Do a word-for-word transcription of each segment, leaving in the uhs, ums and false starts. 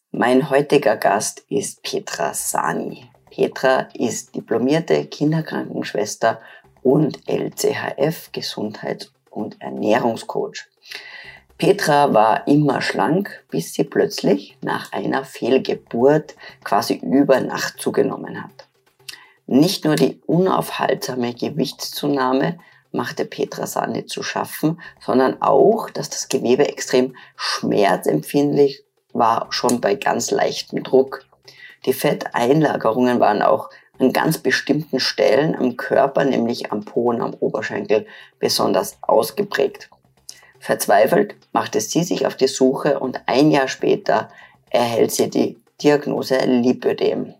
Mein heutiger Gast ist Petra Sani. Petra ist diplomierte Kinderkrankenschwester und L C H F Gesundheits- und Ernährungscoach. Petra war immer schlank, bis sie plötzlich nach einer Fehlgeburt quasi über Nacht zugenommen hat. Nicht nur die unaufhaltsame Gewichtszunahme machte Petra Sani zu schaffen, sondern auch, dass das Gewebe extrem schmerzempfindlich war, schon bei ganz leichtem Druck. Die Fetteinlagerungen waren auch an ganz bestimmten Stellen am Körper, nämlich am Po und am Oberschenkel, besonders ausgeprägt. Verzweifelt machte sie sich auf die Suche und ein Jahr später erhält sie die Diagnose Lipödem.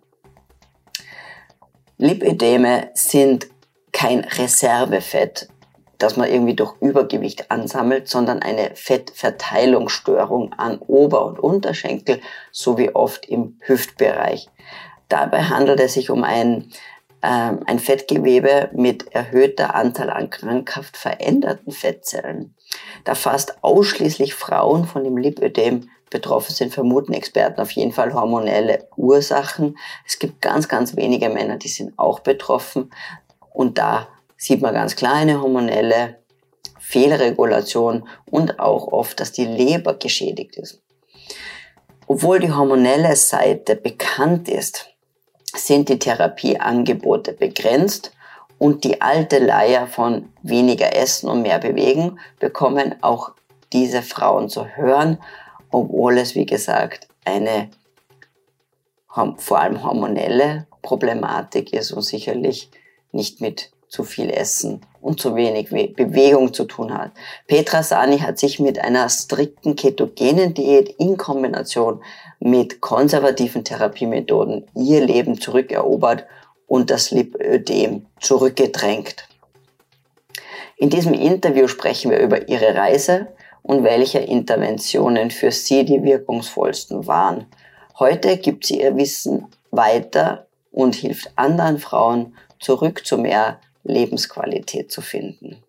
Lipödeme sind kein Reservefett, das man irgendwie durch Übergewicht ansammelt, sondern eine Fettverteilungsstörung an Ober- und Unterschenkel sowie oft im Hüftbereich. Dabei handelt es sich um ein, ähm, ein Fettgewebe mit erhöhter Anzahl an krankhaft veränderten Fettzellen. Da fast ausschließlich Frauen von dem Lipödem betroffen sind, vermuten Experten auf jeden Fall hormonelle Ursachen. Es gibt ganz, ganz wenige Männer, die sind auch betroffen. Und da sieht man ganz klar eine hormonelle Fehlregulation und auch oft, dass die Leber geschädigt ist. Obwohl die hormonelle Seite bekannt ist, sind die Therapieangebote begrenzt und die alte Leier von weniger essen und mehr bewegen bekommen auch diese Frauen zu hören, obwohl es, wie gesagt, eine vor allem hormonelle Problematik ist und sicherlich nicht mit zu viel Essen und zu wenig Bewegung zu tun hat. Petra Sani hat sich mit einer strikten ketogenen Diät in Kombination mit konservativen Therapiemethoden ihr Leben zurückerobert und das Lipödem zurückgedrängt. In diesem Interview sprechen wir über ihre Reise und welche Interventionen für sie die wirkungsvollsten waren. Heute gibt sie ihr Wissen weiter und hilft anderen Frauen, zurück zu mehr Lebensqualität zu finden.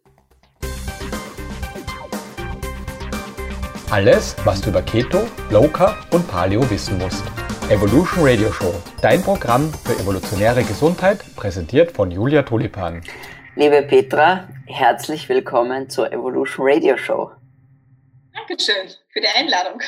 Alles, was du über Keto, Low Carb und Paleo wissen musst. Evolution Radio Show, dein Programm für evolutionäre Gesundheit, präsentiert von Julia Tulipan. Liebe Petra, herzlich willkommen zur Evolution Radio Show. Dankeschön für die Einladung.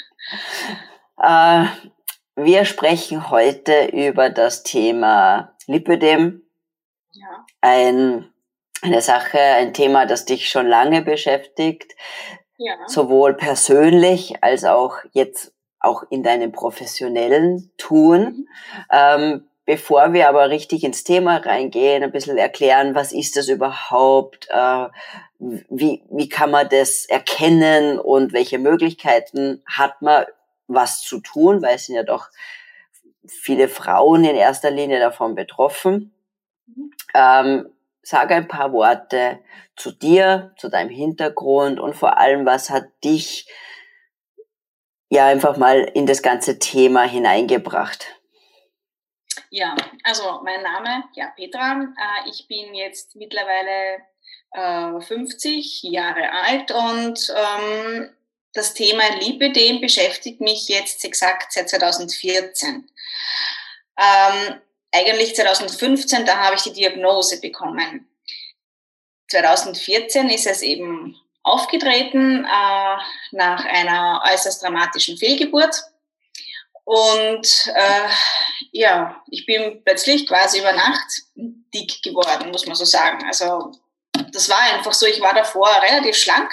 Äh, wir sprechen heute über das Thema Lipödem. Ja. Ein, eine Sache, ein Thema, das dich schon lange beschäftigt, ja. Sowohl persönlich als auch jetzt auch in deinem professionellen Tun. Mhm. Ähm, bevor wir aber richtig ins Thema reingehen, ein bisschen erklären, was ist das überhaupt, äh, wie, wie kann man das erkennen und welche Möglichkeiten hat man, was zu tun, weil es sind ja doch viele Frauen in erster Linie davon betroffen. Mhm. Ähm, sag ein paar Worte zu dir, zu deinem Hintergrund und vor allem, was hat dich ja einfach mal in das ganze Thema hineingebracht? Ja, also mein Name, ja Petra, äh, ich bin jetzt mittlerweile äh, fünfzig Jahre alt und ähm, das Thema Lipödem beschäftigt mich jetzt exakt seit zweitausendvierzehn. Ähm, eigentlich zweitausendfünfzehn, da habe ich die Diagnose bekommen. zweitausendvierzehn ist es eben aufgetreten äh, nach einer äußerst dramatischen Fehlgeburt. Und äh, ja, ich bin plötzlich quasi über Nacht dick geworden, muss man so sagen. Also das war einfach so, ich war davor relativ schlank.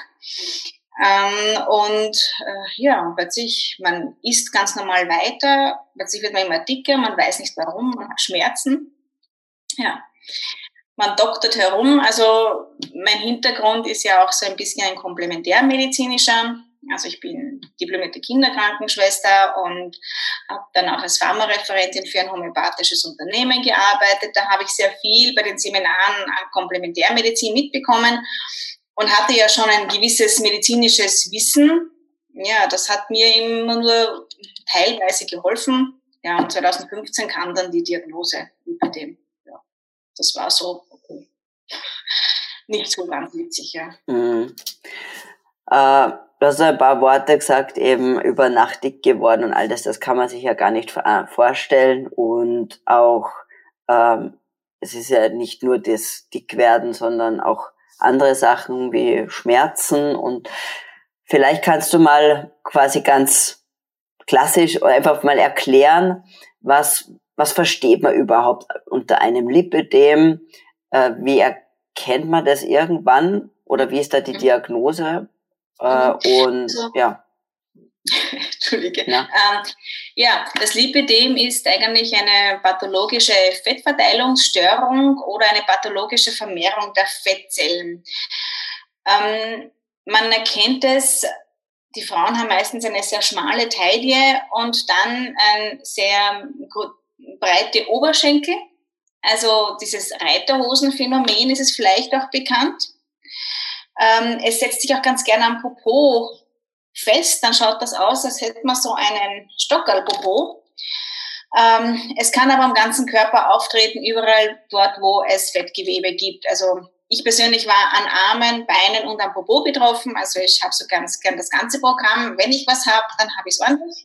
Ähm, und äh, ja, plötzlich, man isst ganz normal weiter, plötzlich wird man immer dicker, man weiß nicht warum, man hat Schmerzen. Ja, man doktert herum. Also mein Hintergrund ist ja auch so ein bisschen ein komplementärmedizinischer. Also ich bin diplomierte Kinderkrankenschwester und habe dann auch als Pharmareferentin für ein homöopathisches Unternehmen gearbeitet. Da habe ich sehr viel bei den Seminaren an Komplementärmedizin mitbekommen und hatte ja schon ein gewisses medizinisches Wissen. Ja, das hat mir immer nur teilweise geholfen. Ja, und zweitausendfünfzehn kam dann die Diagnose Lipödem. Ja, das war so okay. Nicht so ganz witzig, ja. Mhm. Äh, du hast ein paar Worte gesagt, eben über Nacht dick geworden und all das, das kann man sich ja gar nicht vorstellen. Und auch, ähm, es ist ja nicht nur das Dickwerden, sondern auch andere Sachen wie Schmerzen. Und vielleicht kannst du mal quasi ganz klassisch einfach mal erklären, was, was versteht man überhaupt unter einem Lipödem? Äh, wie erkennt man das irgendwann? Oder wie ist da die Diagnose? Äh, und also, ja. Entschuldige. Ja. Ähm, ja, das Lipödem ist eigentlich eine pathologische Fettverteilungsstörung oder eine pathologische Vermehrung der Fettzellen. Ähm, man erkennt es, die Frauen haben meistens eine sehr schmale Taille und dann ein sehr breite Oberschenkel. Also dieses Reiterhosenphänomen ist es vielleicht auch bekannt. Ähm, es setzt sich auch ganz gerne am Popo fest, dann schaut das aus, als hätte man so einen Stockerl-Popo. Ähm, es kann aber am ganzen Körper auftreten, überall dort, wo es Fettgewebe gibt. Also ich persönlich war an Armen, Beinen und am Popo betroffen. Also ich habe so ganz gern das ganze Programm. Wenn ich was habe, dann habe ich es ordentlich.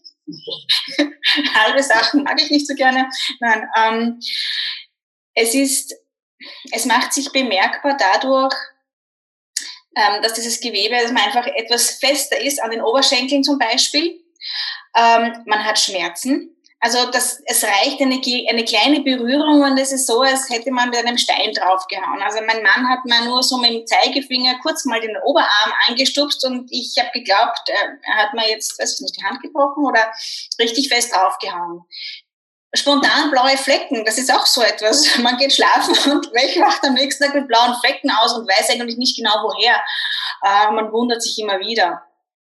Halbe Sachen mag ich nicht so gerne. Nein, ähm, es ist, es macht sich bemerkbar dadurch, ähm, dass dieses Gewebe, dass man einfach etwas fester ist, an den Oberschenkeln zum Beispiel. Ähm, man hat Schmerzen. Also das, es reicht eine, eine kleine Berührung und es ist so, als hätte man mit einem Stein draufgehauen. Also mein Mann hat mir nur so mit dem Zeigefinger kurz mal den Oberarm angestupst und ich habe geglaubt, er, er hat mir jetzt, weiß ich nicht, die Hand gebrochen oder richtig fest draufgehauen. Spontan blaue Flecken, das ist auch so etwas. Man geht schlafen und wacht am nächsten Tag mit blauen Flecken aus und weiß eigentlich nicht genau woher. Äh, man wundert sich immer wieder.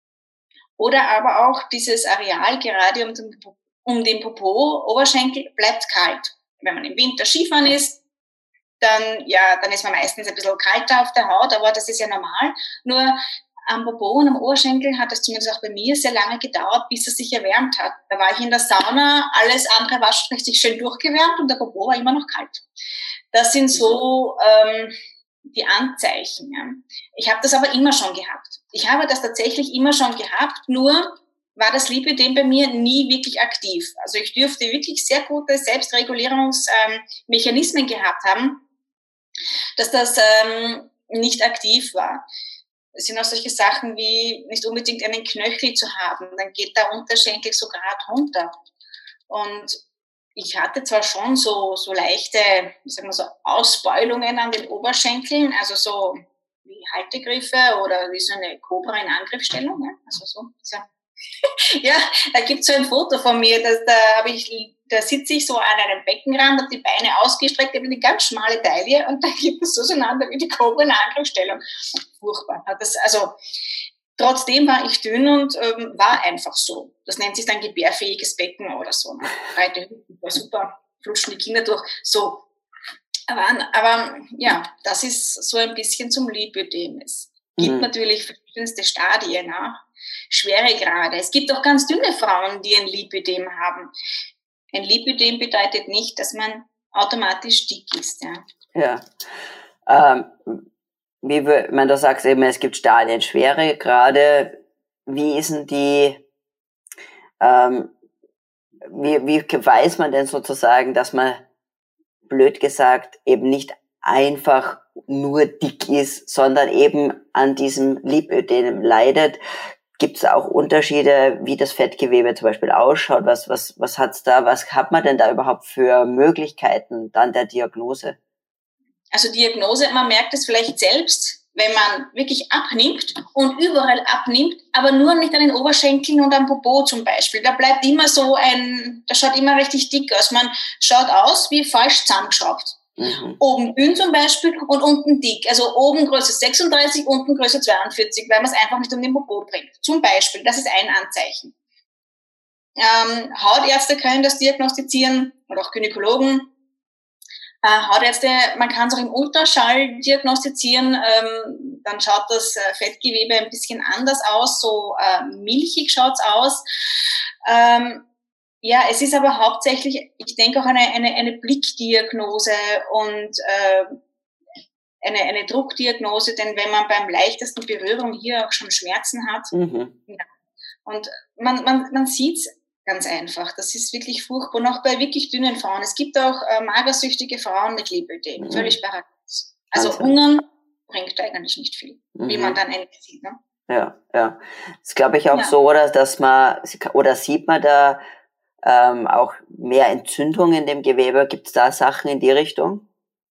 Oder aber auch dieses Areal gerade um den, um den Popo, Oberschenkel, bleibt kalt. Wenn man im Winter Skifahren ist, dann, ja, dann ist man meistens ein bisschen kalter auf der Haut, aber das ist ja normal. Nur am Popo und am Oberschenkel hat es zumindest auch bei mir sehr lange gedauert, bis es sich erwärmt hat. Da war ich in der Sauna, alles andere war richtig schön durchgewärmt und der Popo war immer noch kalt. Das sind so ähm, die Anzeichen. Ja. Ich habe das aber immer schon gehabt. Ich habe das tatsächlich immer schon gehabt, nur war das Lipödem bei mir nie wirklich aktiv. Also ich dürfte wirklich sehr gute Selbstregulierungsmechanismen ähm, gehabt haben, dass das ähm, nicht aktiv war. Es sind auch solche Sachen wie nicht unbedingt einen Knöchel zu haben. Dann geht der Unterschenkel so grad runter. Und ich hatte zwar schon so, so leichte, wie sagen wir so, Ausbeulungen an den Oberschenkeln, also so wie Haltegriffe oder wie so eine Kobra in Angriffsstellung. Ja? Also so, so. Ja, da gibt's so ein Foto von mir, das, da habe ich, da sitze ich so an einem Beckenrand, habe die Beine ausgestreckt, habe eine ganz schmale Taille und da gibt es so auseinander wie die Kobra in Angriffsstellung. Furchtbar. Das, also trotzdem war ich dünn und ähm, war einfach so. Das nennt sich dann gebärfähiges Becken oder so. Ne? Breite Hüften, war super, flutschen die Kinder durch. So. Aber, aber ja, das ist so ein bisschen zum Lipödem. Es gibt mhm. natürlich verschiedenste Stadien, ne? Schweregrade. Es gibt auch ganz dünne Frauen, die ein Lipödem haben. Ein Lipödem bedeutet nicht, dass man automatisch dick ist. Ja. Ja. Ähm, wie man da sagt eben, es gibt Stadien, Schweregrade. Wie ist denn die, ähm, wie, wie weiß man denn sozusagen, dass man, blöd gesagt, eben nicht einfach nur dick ist, sondern eben an diesem Lipödem leidet? Gibt es auch Unterschiede, wie das Fettgewebe zum Beispiel ausschaut? Was, was, was hat's da, was hat man denn da überhaupt für Möglichkeiten dann der Diagnose? Also Diagnose, man merkt es vielleicht selbst, wenn man wirklich abnimmt und überall abnimmt, aber nur nicht an den Oberschenkeln und am Popo zum Beispiel. Da bleibt immer so ein, das schaut immer richtig dick aus. Man schaut aus wie falsch zusammengeschraubt. Mhm. Oben dünn zum Beispiel und unten dick. Also oben Größe sechsunddreißig, unten Größe zweiundvierzig, weil man es einfach nicht um den Popo bringt. Zum Beispiel, das ist ein Anzeichen. Ähm, Hautärzte können das diagnostizieren und auch Gynäkologen. Äh, Hautärzte, man kann es auch im Ultraschall diagnostizieren. Ähm, dann schaut das äh, Fettgewebe ein bisschen anders aus, so äh, milchig schaut's aus. Ähm, Ja, es ist aber hauptsächlich, ich denke auch eine, eine, eine Blickdiagnose und äh, eine, eine Druckdiagnose, denn wenn man beim leichtesten Berührung hier auch schon Schmerzen hat, Mhm. ja. Und man, man, man sieht's ganz einfach. Das ist wirklich furchtbar. Und auch bei wirklich dünnen Frauen. Es gibt auch äh, magersüchtige Frauen mit Lipödem. Mhm. Völlig paradox. Also Wahnsinn. hungern bringt eigentlich nicht viel, Mhm. wie man dann endlich sieht. Ne? Ja, ja. Das glaube ich auch Ja. so, oder, dass man, oder sieht man da ähm, auch mehr Entzündung in dem Gewebe? Gibt es da Sachen in die Richtung?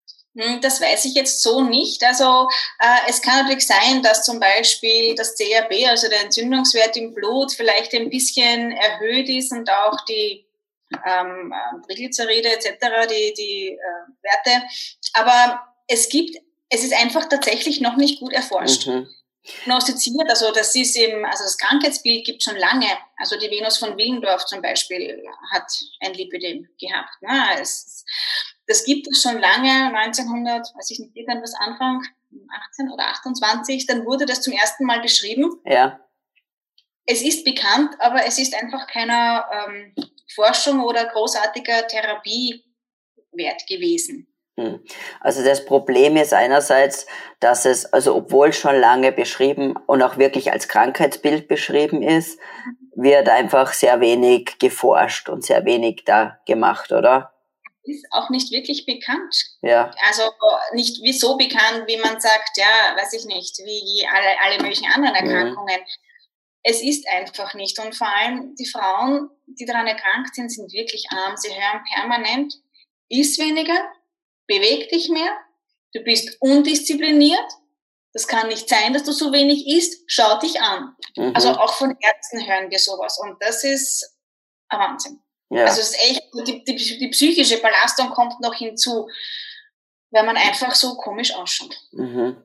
Das weiß ich jetzt so nicht. Also äh, es kann natürlich sein, dass zum Beispiel das C R P, also der Entzündungswert im Blut, vielleicht ein bisschen erhöht ist und auch die ähm, Triglyceride et cetera, die, die äh, Werte. Aber es gibt, es ist einfach tatsächlich noch nicht gut erforscht. Mhm. Diagnostiziert, also das ist eben, also das Krankheitsbild gibt es schon lange. Also die Venus von Willendorf zum Beispiel hat ein Lipödem gehabt. Ne? Es, das gibt es schon lange, neunzehnhundert, weiß ich nicht, irgendwas Anfang achtzehn oder achtundzwanzig, dann wurde das zum ersten Mal beschrieben. Ja. Es ist bekannt, aber es ist einfach keiner ähm, Forschung oder großartiger Therapie wert gewesen. Also das Problem ist einerseits, dass es, also obwohl schon lange beschrieben und auch wirklich als Krankheitsbild beschrieben ist, wird einfach sehr wenig geforscht und sehr wenig da gemacht, oder? Ist auch nicht wirklich bekannt. Ja. Also nicht wie so bekannt, wie man sagt, ja, weiß ich nicht, wie alle, alle möglichen anderen Erkrankungen. Mhm. Es ist einfach nicht. Und vor allem die Frauen, die daran erkrankt sind, sind wirklich arm. Sie hören permanent, iss weniger, beweg dich mehr, du bist undiszipliniert, das kann nicht sein, dass du so wenig isst, schau dich an. Mhm. Also auch von Ärzten hören wir sowas und das ist ein Wahnsinn. Ja. Also es ist echt, die, die, die psychische Belastung kommt noch hinzu, wenn man einfach so komisch ausschaut. Mhm.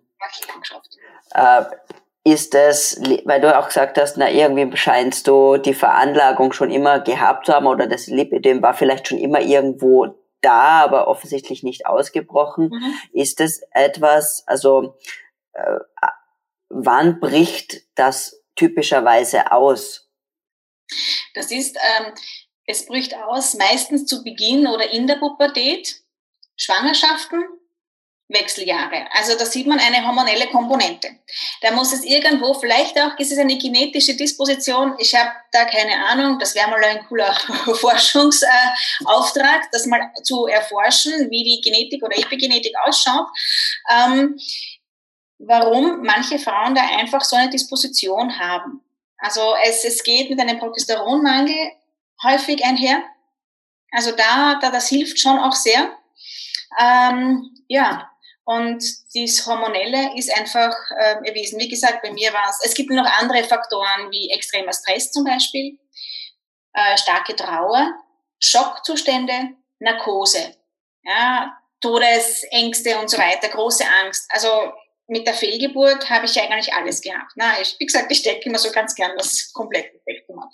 Äh, ist das, weil du auch gesagt hast, na irgendwie scheinst du die Veranlagung schon immer gehabt zu haben oder das Lipödem war vielleicht schon immer irgendwo da, aber offensichtlich nicht ausgebrochen. Mhm. Ist das etwas, also äh, wann bricht das typischerweise aus? Das ist, ähm, es bricht aus meistens zu Beginn oder in der Pubertät, Schwangerschaften, Wechseljahre. Also da sieht man eine hormonelle Komponente. Da muss es irgendwo, vielleicht auch ist es eine genetische Disposition, ich habe da keine Ahnung, das wäre mal ein cooler Forschungsauftrag, das mal zu erforschen, wie die Genetik oder Epigenetik ausschaut. Ähm, warum manche Frauen da einfach so eine Disposition haben. Also es, es geht mit einem Progesteronmangel häufig einher. Also da, da das hilft schon auch sehr. Ähm, ja, und das Hormonelle ist einfach äh, erwiesen. Wie gesagt, bei mir war es, es gibt noch andere Faktoren wie extremer Stress zum Beispiel, äh, starke Trauer, Schockzustände, Narkose, ja, Todesängste und so weiter, große Angst. Also mit der Fehlgeburt habe ich eigentlich alles gehabt. Na, ich, wie gesagt, ich decke immer so ganz gern das komplette Spektrum ab.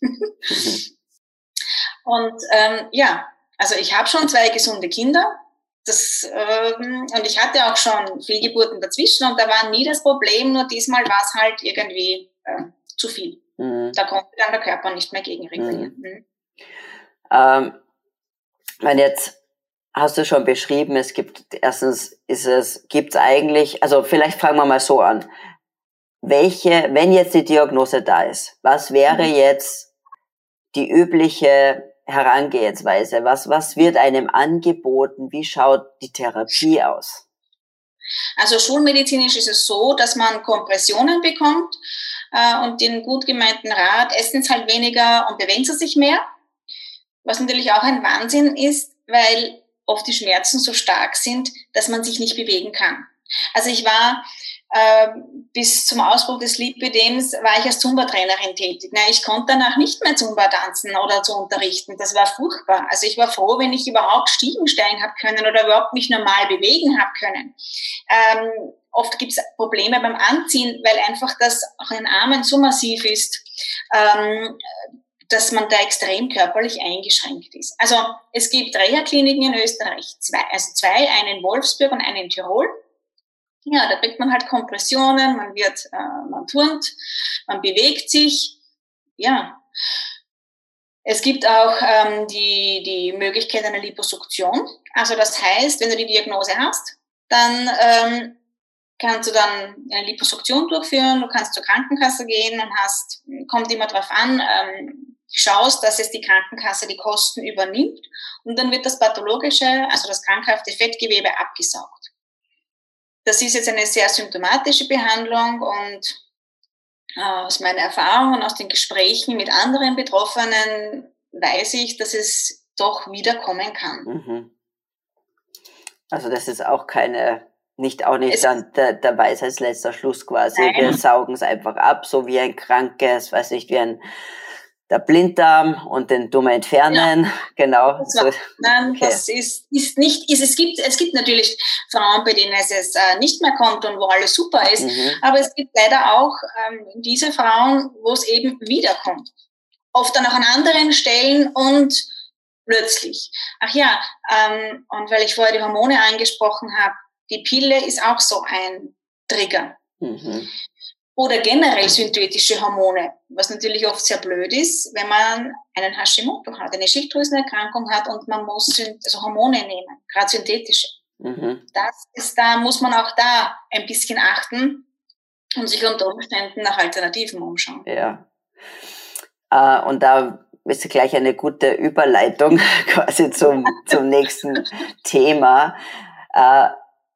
Und ähm, ja, also ich habe schon zwei gesunde Kinder. Das, ähm, und ich hatte auch schon Fehlgeburten dazwischen und da war nie das Problem, nur diesmal war es halt irgendwie äh, zu viel. Mhm. Da konnte dann der Körper nicht mehr gegenregulieren. Mhm. Mhm. Ähm, wenn jetzt hast du schon beschrieben, es gibt, erstens ist es, gibt's eigentlich, also vielleicht fangen wir mal so an. Welche, wenn jetzt die Diagnose da ist, was wäre mhm. jetzt die übliche Herangehensweise? Was, was wird einem angeboten? Wie schaut die Therapie aus? Also schulmedizinisch ist es so, dass man Kompressionen bekommt äh, und den gut gemeinten Rat, essen Sie halt weniger und bewegen Sie sich mehr. Was natürlich auch ein Wahnsinn ist, weil oft die Schmerzen so stark sind, dass man sich nicht bewegen kann. Also ich war äh, bis zum Ausbruch des Lipödems war ich als Zumba-Trainerin tätig. Na, ich konnte danach nicht mehr Zumba tanzen oder zu unterrichten. Das war furchtbar. Also ich war froh, wenn ich überhaupt Stiegen steigen habe können oder überhaupt mich normal bewegen habe können. Ähm, oft gibt es Probleme beim Anziehen, weil einfach das auch in den Armen so massiv ist, ähm, dass man da extrem körperlich eingeschränkt ist. Also es gibt Reha-Kliniken in Österreich, zwei, also zwei, einen in Wolfsburg und einen in Tirol. Ja, da kriegt man halt Kompressionen, man wird, äh, man turnt, man bewegt sich, ja. Es gibt auch ähm, die, die Möglichkeit einer Liposuktion. Also das heißt, wenn du die Diagnose hast, dann ähm, kannst du dann eine Liposuktion durchführen, du kannst zur Krankenkasse gehen und hast, kommt immer drauf an, ähm, schaust, dass es die Krankenkasse die Kosten übernimmt und dann wird das pathologische, also das krankhafte Fettgewebe abgesaugt. Das ist jetzt eine sehr symptomatische Behandlung und äh, aus meiner Erfahrung und aus den Gesprächen mit anderen Betroffenen weiß ich, dass es doch wiederkommen kann. Mhm. Also das ist auch keine, nicht auch nicht dann der, der Weisheitsletzter Schluss quasi. Nein. Wir saugen es einfach ab, so wie ein krankes, weiß nicht, wie ein der Blinddarm und den tun wir entfernen, ja. Genau. Das war, nein, okay. Das ist, ist nicht, ist, es gibt, es gibt natürlich Frauen, bei denen es jetzt, äh, nicht mehr kommt und wo alles super ist, mhm. aber es gibt leider auch ähm, diese Frauen, wo es eben wiederkommt. Oft dann auch an anderen Stellen und plötzlich. Ach ja, ähm, und weil ich vorher die Hormone angesprochen habe, die Pille ist auch so ein Trigger. Mhm. Oder generell synthetische Hormone, was natürlich oft sehr blöd ist, wenn man einen Hashimoto hat, eine Schilddrüsenerkrankung hat und man muss also Hormone nehmen, gerade synthetische. Mhm. Das ist, da muss man auch da ein bisschen achten und sich unter Umständen nach Alternativen umschauen. Ja. Uh, und da ist gleich eine gute Überleitung quasi zum, zum nächsten Thema. Uh,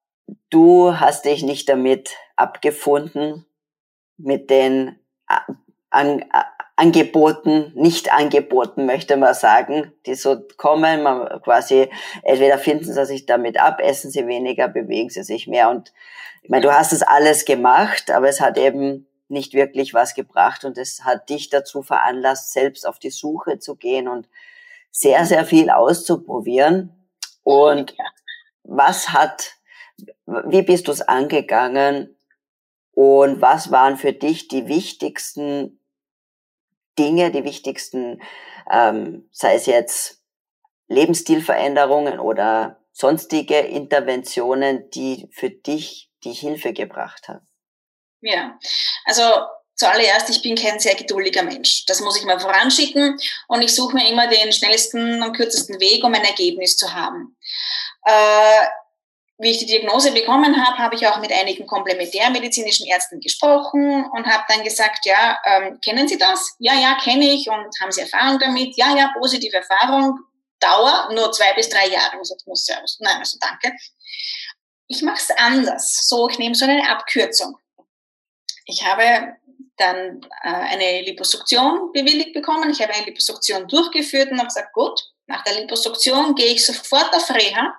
du hast dich nicht damit abgefunden, mit den an, Angeboten, nicht Angeboten, möchte man sagen, die so kommen, man quasi, entweder finden sie sich damit ab, essen sie weniger, bewegen sie sich mehr und ich meine, du hast es alles gemacht, aber es hat eben nicht wirklich was gebracht und es hat dich dazu veranlasst, selbst auf die Suche zu gehen und sehr, sehr viel auszuprobieren. Und was hat, wie bist du es angegangen? Und was waren für dich die wichtigsten Dinge, die wichtigsten, ähm, sei es jetzt Lebensstilveränderungen oder sonstige Interventionen, die für dich die Hilfe gebracht haben? Ja, also zuallererst, ich bin kein sehr geduldiger Mensch. Das muss ich mal voranschicken. Und ich suche mir immer den schnellsten und kürzesten Weg, um ein Ergebnis zu haben. Äh, Wie ich die Diagnose bekommen habe, habe ich auch mit einigen komplementärmedizinischen Ärzten gesprochen und habe dann gesagt, ja, ähm, kennen Sie das? Ja, ja, kenne ich. Und haben Sie Erfahrung damit? Ja, ja, positive Erfahrung. Dauer nur zwei bis drei Jahre. Also, muss ja, nein, also danke. Ich mache es anders. So, ich nehme so eine Abkürzung. Ich habe dann äh, eine Liposuktion bewilligt bekommen. Ich habe eine Liposuktion durchgeführt und habe gesagt, gut, nach der Liposuktion gehe ich sofort auf Reha.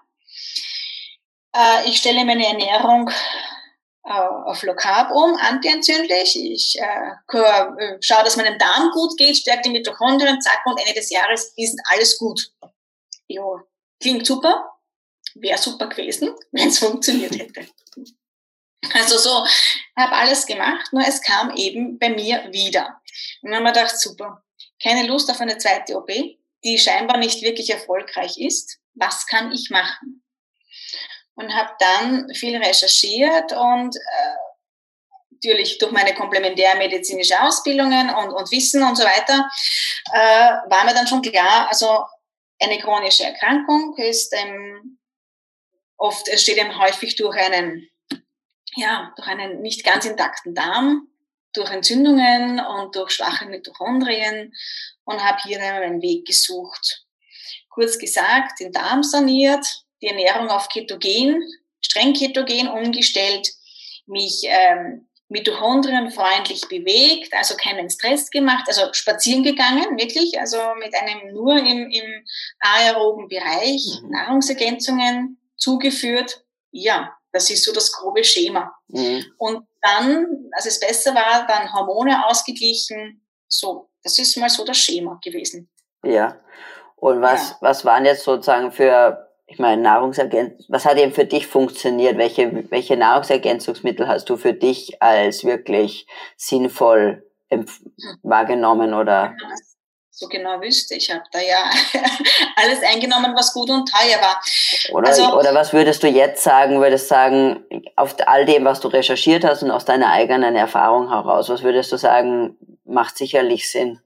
Ich stelle meine Ernährung äh, auf Low Carb um, antientzündlich. Ich äh, schaue, dass meinem Darm gut geht, stärke die Mitochondrien, zack, und Ende des Jahres ist alles gut. Jo, klingt super, wäre super gewesen, wenn es funktioniert hätte. Also so, habe alles gemacht, nur es kam eben bei mir wieder. Und dann haben wir gedacht, super, keine Lust auf eine zweite O P, die scheinbar nicht wirklich erfolgreich ist. Was kann ich machen? Und habe dann viel recherchiert und äh, natürlich durch meine komplementärmedizinische Ausbildungen und, und Wissen und so weiter äh, war mir dann schon klar, also eine chronische Erkrankung ist ähm, oft, es steht eben häufig durch einen, ja, durch einen nicht ganz intakten Darm, durch Entzündungen und durch schwache Mitochondrien und habe hier dann einen Weg gesucht. Kurz gesagt, den Darm saniert, die Ernährung auf Ketogen, streng Ketogen umgestellt, mich ähm, mitochondrienfreundlich bewegt, also keinen Stress gemacht, also spazieren gegangen, wirklich, also mit einem nur im, im aeroben Bereich, mhm. Nahrungsergänzungen zugeführt. Ja, das ist so das grobe Schema. Mhm. Und dann, als es besser war, dann Hormone ausgeglichen. So, das ist mal so das Schema gewesen. Ja. Und was, ja. was waren jetzt sozusagen für, ich meine, Nahrungsergänzung, was hat eben für dich funktioniert? Welche, welche Nahrungsergänzungsmittel hast du für dich als wirklich sinnvoll empf- wahrgenommen oder? So genau wüsste ich, habe da ja alles eingenommen, was gut und teuer war. Oder, also, oder was würdest du jetzt sagen, würdest sagen, auf all dem, was du recherchiert hast und aus deiner eigenen Erfahrung heraus, was würdest du sagen, macht sicherlich Sinn?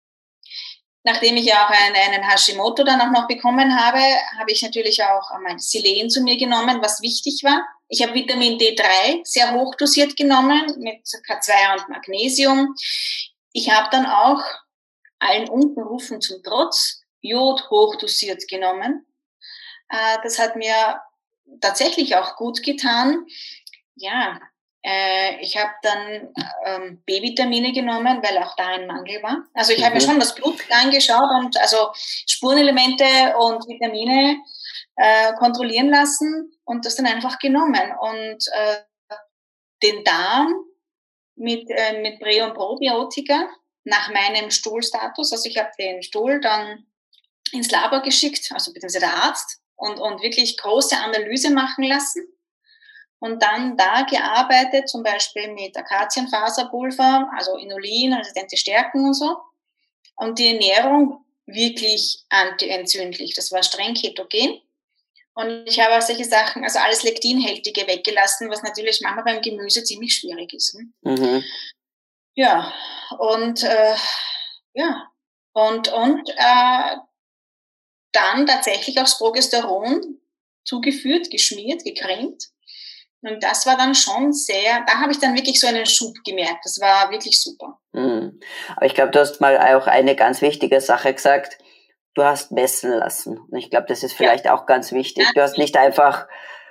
Nachdem ich ja auch einen, einen Hashimoto dann auch noch bekommen habe, habe ich natürlich auch mein Selen zu mir genommen, was wichtig war. Ich habe Vitamin D drei sehr hoch dosiert genommen mit K zwei und Magnesium. Ich habe dann auch allen Unkenrufen zum Trotz Jod hochdosiert genommen. Äh, das hat mir tatsächlich auch gut getan. Ja, äh, ich habe dann ähm, B-Vitamine genommen, weil auch da ein Mangel war. Also ich mhm. habe mir schon das Blut angeschaut und also Spurenelemente und Vitamine äh, kontrollieren lassen und das dann einfach genommen. Und äh, den Darm mit, äh, mit Prä- und Probiotika nach meinem Stuhlstatus. Also ich habe den Stuhl dann ins Labor geschickt, also beziehungsweise der Arzt, und, und wirklich große Analyse machen lassen. Und dann da gearbeitet, zum Beispiel mit Akazienfaserpulver, also Inulin, resistente Stärken und so. Und die Ernährung wirklich antientzündlich. Das war streng ketogen. Und ich habe auch solche Sachen, also alles Lektinhältige weggelassen, was natürlich manchmal beim Gemüse ziemlich schwierig ist. Mhm. Ja, und äh, ja, und, und äh, dann tatsächlich aufs Progesteron zugeführt, geschmiert, gecremt. Und das war dann schon sehr, da habe ich dann wirklich so einen Schub gemerkt. Das war wirklich super. Mhm. Aber ich glaube, du hast mal auch eine ganz wichtige Sache gesagt. Du hast messen lassen. Und ich glaube, das ist vielleicht ja. auch ganz wichtig. Du hast nicht einfach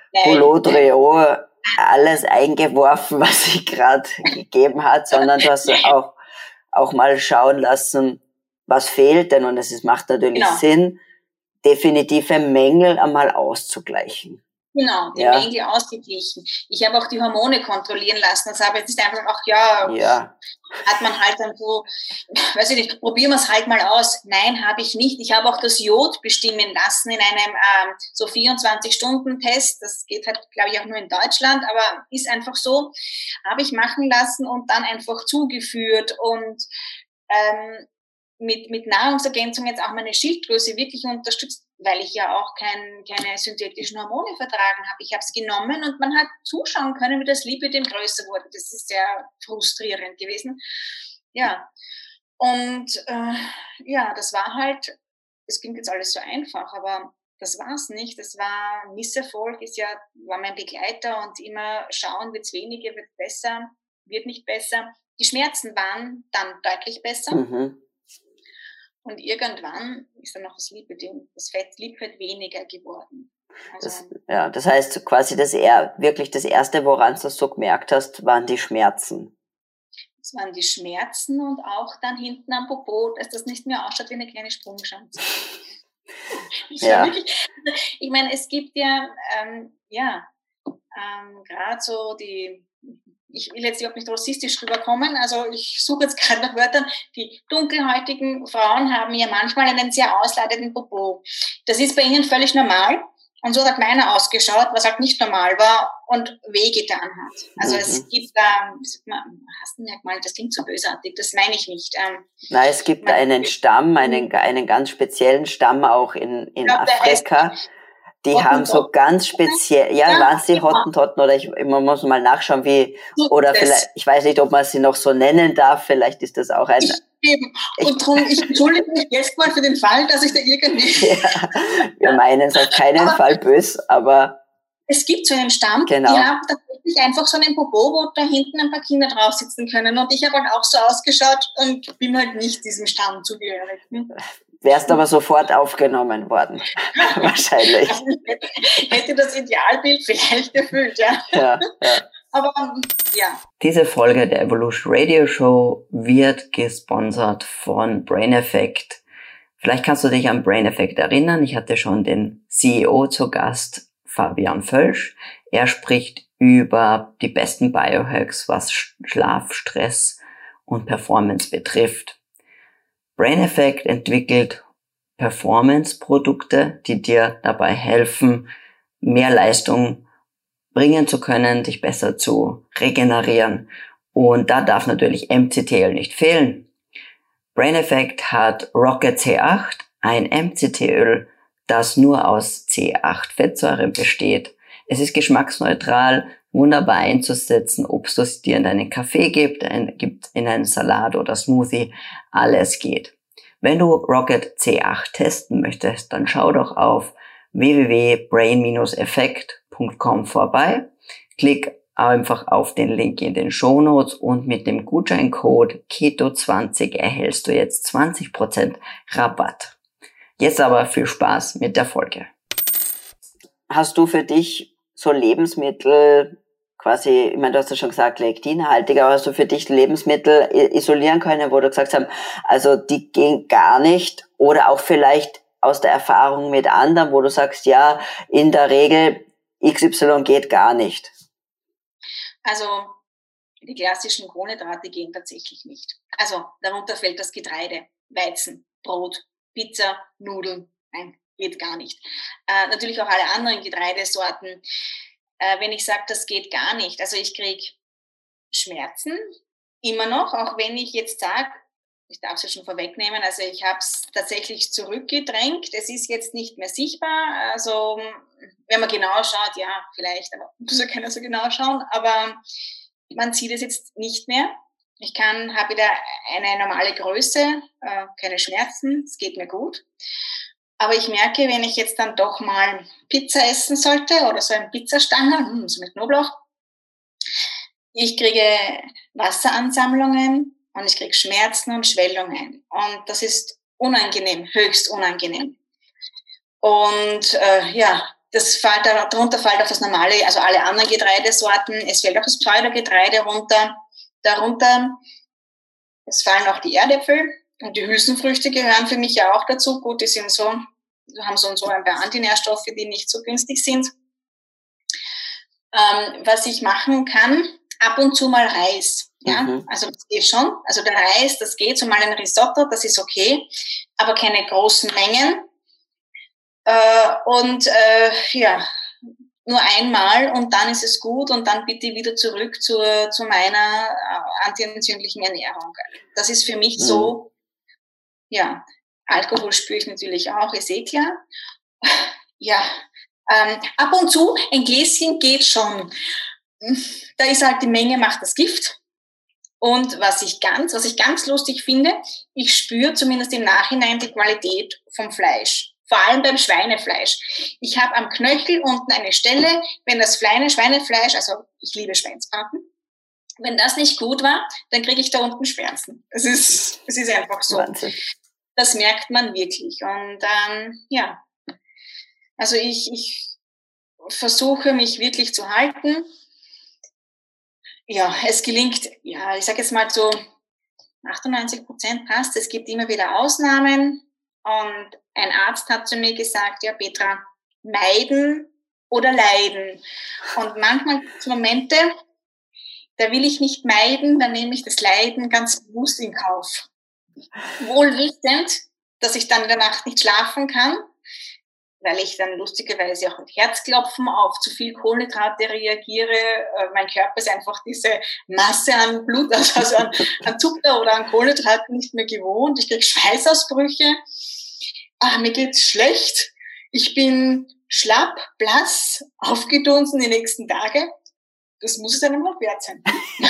Pulodreo alles eingeworfen, was sich gerade gegeben hat, sondern du hast auch, auch mal schauen lassen, was fehlt denn. Und es ist, macht natürlich genau. Sinn, definitive Mängel einmal auszugleichen. Genau, die ja. Mängel ausgeglichen. Ich habe auch die Hormone kontrollieren lassen. Das habe jetzt nicht einfach auch, ja, ja, hat man halt dann so, weiß ich nicht, probieren wir es halt mal aus. Nein, habe ich nicht. Ich habe auch das Jod bestimmen lassen in einem ähm, so vierundzwanzig-Stunden-Test. Das geht halt, glaube ich, auch nur in Deutschland, aber ist einfach so. Habe ich machen lassen und dann einfach zugeführt und ähm, mit, mit Nahrungsergänzung jetzt auch meine Schilddrüse wirklich unterstützt, weil ich ja auch kein, keine synthetischen Hormone vertragen habe. Ich habe es genommen und man hat zuschauen können, wie das Lipidem größer wurde. Das ist sehr frustrierend gewesen. Ja, und äh, ja, das war halt, es klingt jetzt alles so einfach, aber das war es nicht. Das war, Misserfolg ist ja, war mein Begleiter und immer schauen, wird es weniger, wird besser, wird nicht besser. Die Schmerzen waren dann deutlich besser. Mhm. Und irgendwann ist dann noch das Lipidem, das Fettlipid weniger geworden. Also das, ja, das heißt quasi das eher, wirklich das Erste, woran du so gemerkt hast, waren die Schmerzen. Das waren die Schmerzen und auch dann hinten am Popo, dass das nicht mehr ausschaut wie eine kleine Sprungschanze. Ja. Wirklich, ich meine, es gibt ja, ähm, ja, ähm, gerade so die, ich will jetzt überhaupt nicht rassistisch rüberkommen, also ich suche jetzt gerade nach Wörtern, die dunkelhäutigen Frauen haben ja manchmal einen sehr ausladenden Popo. Das ist bei ihnen völlig normal und so hat meiner ausgeschaut, was halt nicht normal war und wehgetan hat. Also mhm. es gibt da, wie sagt man, Hassenmerkmal, das klingt so bösartig, das meine ich nicht. Ähm, Nein, es gibt man, einen Stamm, einen, einen ganz speziellen Stamm auch in, in glaub, Afrika. Die Hottentot. Haben so ganz speziell, ja, ja waren es die Hottentotten oder ich, man muss mal nachschauen, wie, oder das. Vielleicht, ich weiß nicht, ob man sie noch so nennen darf, vielleicht ist das auch ein... Ich, eben. Und darum, ich entschuldige mich jetzt mal für den Fall, dass ich da irgendwie... Ja, wir meinen es auf keinen aber Fall böse, aber... Es gibt so einen Stamm, genau. Die haben tatsächlich einfach so einen Popo, wo da hinten ein paar Kinder drauf sitzen können und ich habe halt auch so ausgeschaut und bin halt nicht diesem Stamm zugehörig. Hm? Wärst aber sofort aufgenommen worden. Wahrscheinlich. Also hätte, hätte das Idealbild vielleicht erfüllt, ja. Ja, ja. Aber, ja. Diese Folge der Evolution Radio Show wird gesponsert von Brain Effect. Vielleicht kannst du dich an Brain Effect erinnern. Ich hatte schon den C E O zu Gast, Fabian Völsch. Er spricht über die besten Biohacks, was Schlaf, Stress und Performance betrifft. Brain Effect entwickelt Performance-Produkte, die dir dabei helfen, mehr Leistung bringen zu können, dich besser zu regenerieren. Und da darf natürlich M C T Öl nicht fehlen. Brain Effect hat Rocket C acht, ein M C T Öl, das nur aus C acht Fettsäuren besteht. Es ist geschmacksneutral, wunderbar einzusetzen, ob es das dir in deinen Kaffee gibt, ein, gibt in einen Salat oder Smoothie, alles geht. Wenn du Rocket C acht testen möchtest, dann schau doch auf w w w punkt brain Effect punkt com vorbei. Klick einfach auf den Link in den Shownotes und mit dem Gutscheincode Keto zwanzig erhältst du jetzt zwanzig Prozent Rabatt. Jetzt aber viel Spaß mit der Folge. Hast du für dich so Lebensmittel quasi, ich meine, du hast ja schon gesagt, lektinhaltig, aber hast du für dich Lebensmittel isolieren können, wo du gesagt hast, also die gehen gar nicht, oder auch vielleicht aus der Erfahrung mit anderen, wo du sagst, ja, in der Regel X Y geht gar nicht? Also die klassischen Kohlenhydrate gehen tatsächlich nicht. Also darunter fällt das Getreide, Weizen, Brot, Pizza, Nudeln. Nein, geht gar nicht. Äh, natürlich auch alle anderen Getreidesorten. Äh, wenn ich sage, das geht gar nicht, also ich kriege Schmerzen immer noch, auch wenn ich jetzt sage, ich darf es ja schon vorwegnehmen, also ich habe es tatsächlich zurückgedrängt. Es ist jetzt nicht mehr sichtbar. Also wenn man genau schaut, ja, vielleicht, aber muss ja keiner so genau schauen, aber man sieht es jetzt nicht mehr. Ich kann, habe wieder eine normale Größe, äh, keine Schmerzen, es geht mir gut. Aber ich merke, wenn ich jetzt dann doch mal Pizza essen sollte oder so ein Pizzastangerl, so mit Knoblauch, ich kriege Wasseransammlungen und ich kriege Schmerzen und Schwellungen. Und das ist unangenehm, höchst unangenehm. Und äh, ja, das fällt darunter fällt auch das normale, also alle anderen Getreidesorten. Es fällt auch das Pseudogetreide runter. Darunter, es fallen auch die Erdäpfel und die Hülsenfrüchte gehören für mich ja auch dazu. Gut, die sind so, haben so und so ein paar Antinährstoffe, die nicht so günstig sind. Ähm, was ich machen kann, ab und zu mal Reis. Ja, mhm. Also das geht schon. Also der Reis, das geht, so mal ein Risotto, das ist okay, aber keine großen Mengen. Äh, und äh, ja, nur einmal und dann ist es gut und dann bitte wieder zurück zur, zu meiner äh, antientzündlichen Ernährung. Das ist für mich mhm. so, ja, Alkohol spüre ich natürlich auch, ist eh klar. Ja, ähm, ab und zu ein Gläschen geht schon. Da ist halt die Menge macht das Gift. Und was ich ganz, was ich ganz lustig finde, ich spüre zumindest im Nachhinein die Qualität vom Fleisch. Vor allem beim Schweinefleisch. Ich habe am Knöchel unten eine Stelle, wenn das kleine Schweinefleisch, also ich liebe Schweinsbraten, wenn das nicht gut war, dann kriege ich da unten Schmerzen. Es ist, es ist einfach so. Wahnsinn. Das merkt man wirklich. Und ähm, ja, also ich, ich versuche mich wirklich zu halten. Ja, es gelingt, ja, ich sage jetzt mal so achtundneunzig Prozent passt. Es gibt immer wieder Ausnahmen. Und ein Arzt hat zu mir gesagt, ja Petra, meiden oder leiden. Und manchmal gibt es Momente, da will ich nicht meiden, dann nehme ich das Leiden ganz bewusst in Kauf. Wohl wissend, dass ich dann in der Nacht nicht schlafen kann, weil ich dann lustigerweise auch mit Herzklopfen auf zu viel Kohlenhydrate reagiere. Mein Körper ist einfach diese Masse an Blut, also an, an Zucker oder an Kohlenhydraten nicht mehr gewohnt. Ich kriege Schweißausbrüche. Ah, mir geht's schlecht. Ich bin schlapp, blass, aufgedunsen die nächsten Tage. Das muss es einem auch wert sein.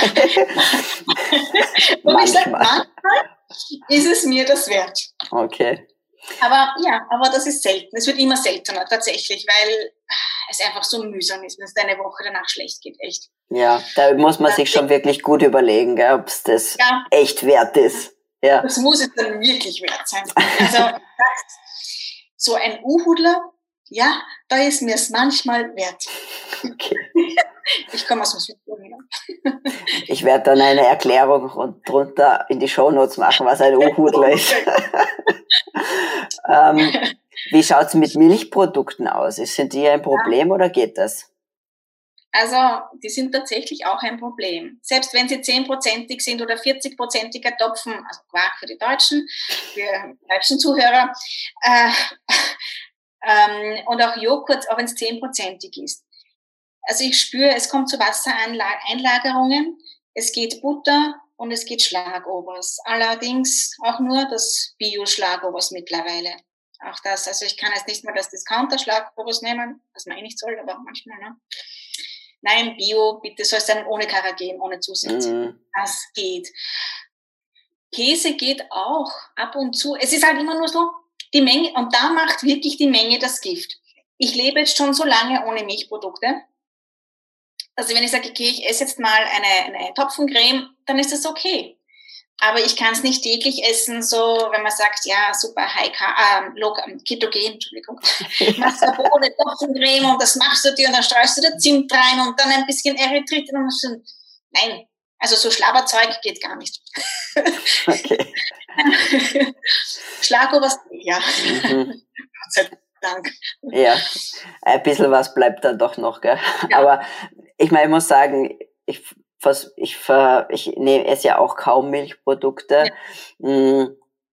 Und ich sage, manchmal ist es mir das wert. Okay. Aber ja, aber das ist selten. Es wird immer seltener tatsächlich, weil es einfach so mühsam ist, wenn es eine Woche danach schlecht geht, echt. Ja, da muss man sich schon wirklich gut überlegen, ob es das ja, echt wert ist. Ja. Das muss es dann wirklich wert sein. Also so ein U-Hudler, ja, da ist mir es manchmal wert. Okay. Ich komme aus dem Südtirol. Ich werde dann eine Erklärung drunter in die Shownotes machen, was ein U-Hudler ist. ähm, wie schaut es mit Milchprodukten aus? Sind die ein Problem ja. oder geht das? Also, die sind tatsächlich auch ein Problem. Selbst wenn sie zehnprozentig sind oder vierzigprozentiger Topfen, also Quark für die Deutschen, für die deutschen Zuhörer, äh, ähm, und auch Joghurt, auch wenn es zehnprozentig ist. Also ich spüre, es kommt zu Wassereinlagerungen, es geht Butter und es geht Schlagobers. Allerdings auch nur das Bio-Schlagobers mittlerweile. Auch das, also ich kann jetzt nicht mal das Discounter-Schlagobers nehmen, was man eh nicht soll, aber auch manchmal, ne? Nein, Bio, bitte soll es dann ohne Karagen, ohne Zusätze. Mm. Das geht. Käse geht auch ab und zu. Es ist halt immer nur so, die Menge, und da macht wirklich die Menge das Gift. Ich lebe jetzt schon so lange ohne Milchprodukte. Also wenn ich sage, okay, ich esse jetzt mal eine, eine Topfencreme, dann ist das okay. Aber ich kann es nicht täglich essen, so wenn man sagt, ja, super, high ähm, low, ketogen, Entschuldigung, Mascarpone, Topfencreme und das machst du dir und dann streust du da Zimt rein und dann ein bisschen Erythrit und so. Nein, also so Schlabberzeug geht gar nicht. Okay. Schlagoberst, ja. Mhm. Gott sei Dank. Ja, ein bisschen was bleibt dann doch noch, gell? Ja. Aber ich meine, ich muss sagen, ich Ich, ver, ich ne, esse ja auch kaum Milchprodukte. Ja.